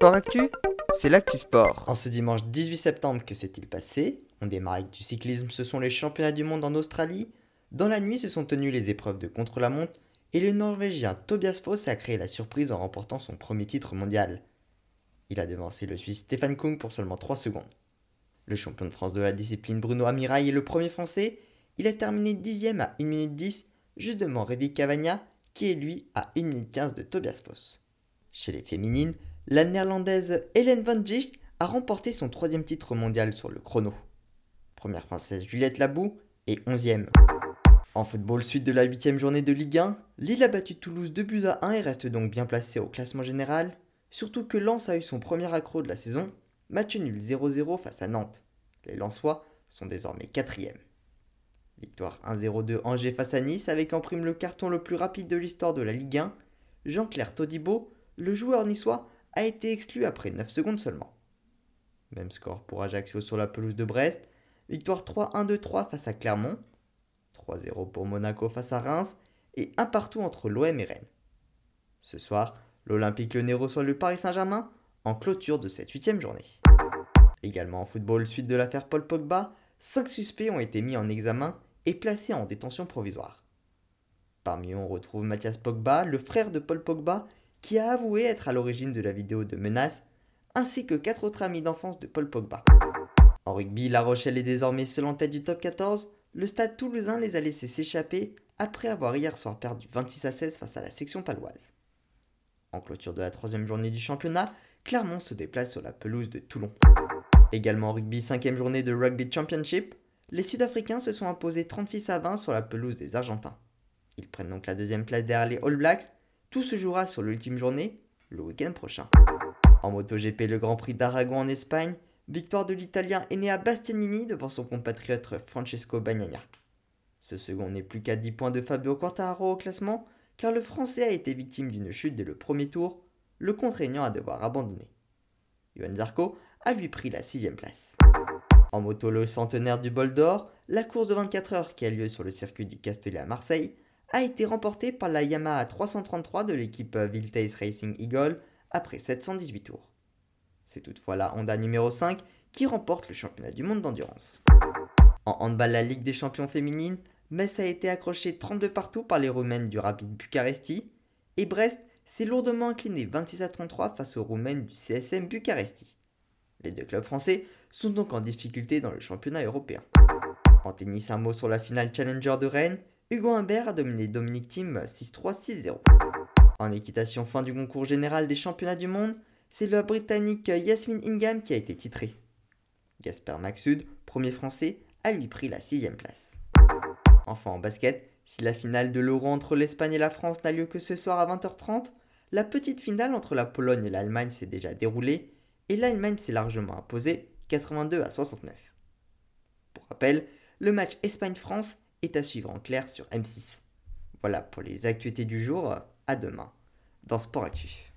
Sport Actu, c'est l'actu sport. En ce dimanche 18 septembre, que s'est-il passé? On démarre avec du cyclisme, ce sont les championnats du monde en Australie. Dans la nuit se sont tenues les épreuves de contre-la-montre et le Norvégien Tobias Foss a créé la surprise en remportant son premier titre mondial. Il a devancé le Suisse Stefan Kung pour seulement 3 secondes. Le champion de France de la discipline Bruno Amirail est le premier français. Il a terminé 10ème à 1 minute 10, juste devant Révi Cavagna, qui est lui à 1 minute 15 de Tobias Foss. Chez les féminines, la néerlandaise Hélène Van Dijk a remporté son 3e titre mondial sur le chrono. Première française Juliette Labou est 11ème. En football, suite de la 8ème journée de Ligue 1, Lille a battu Toulouse 2-1 et reste donc bien placé au classement général, surtout que Lens a eu son premier accro de la saison, match nul 0-0 face à Nantes. Les Lensois sont désormais 4ème. Victoire 1-0 de Angers face à Nice avec en prime le carton le plus rapide de l'histoire de la Ligue 1. Jean-Claire Todibo, le joueur niçois, a été exclu après 9 secondes seulement. Même score pour Ajaccio sur la pelouse de Brest. Victoire 3-1-2-3 face à Clermont. 3-0 pour Monaco face à Reims. Et un partout entre l'OM et Rennes. Ce soir, l'Olympique Lyonnais reçoit le Paris Saint-Germain en clôture de cette 8ème journée. Également en football, suite de l'affaire Paul Pogba, 5 suspects ont été mis en examen et placés en détention provisoire. Parmi eux, on retrouve Mathias Pogba, le frère de Paul Pogba, qui a avoué être à l'origine de la vidéo de menace, ainsi que 4 autres amis d'enfance de Paul Pogba. En rugby, La Rochelle est désormais seule en tête du top 14. Le Stade Toulousain les a laissés s'échapper après avoir hier soir perdu 26-16 face à la section paloise. En clôture de la 3ème journée du championnat, Clermont se déplace sur la pelouse de Toulon. Également en rugby, 5ème journée de Rugby Championship, les Sud-Africains se sont imposés 36-20 sur la pelouse des Argentins. Ils prennent donc la 2ème place derrière les All Blacks. Tout se jouera sur l'ultime journée, le week-end prochain. En MotoGP, le Grand Prix d'Aragon en Espagne, victoire de l'Italien Enea Bastianini devant son compatriote Francesco Bagnaia. Ce second n'est plus qu'à 10 points de Fabio Quartararo au classement, car le Français a été victime d'une chute dès le premier tour, le contraignant à devoir abandonner. Johan Zarco a lui pris la 6ème place. En moto, le centenaire du Bol d'Or, la course de 24 heures qui a lieu sur le circuit du Castellet à Marseille, a été remportée par la Yamaha 333 de l'équipe Viltase Racing Eagle après 718 tours. C'est toutefois la Honda numéro 5 qui remporte le championnat du monde d'endurance. En handball, la Ligue des champions féminines, Metz a été accrochée 32 partout par les Roumaines du Rapid Bucaresti et Brest s'est lourdement incliné 26-33 face aux Roumaines du CSM Bucaresti. Les deux clubs français sont donc en difficulté dans le championnat européen. En tennis, un mot sur la finale Challenger de Rennes. Hugo Humbert a dominé Dominic Thiem 6-3, 6-0. En équitation, fin du concours général des championnats du monde, c'est le Britannique Yasmin Ingham qui a été titré. Gasper Maksud, premier français, a lui pris la 6ème place. Enfin en basket, si la finale de l'Euro entre l'Espagne et la France n'a lieu que ce soir à 20h30, la petite finale entre la Pologne et l'Allemagne s'est déjà déroulée et l'Allemagne s'est largement imposée 82-69. Pour rappel, le match Espagne-France est à suivre en clair sur M6. Voilà pour les actualités du jour, à demain dans Sport Actu.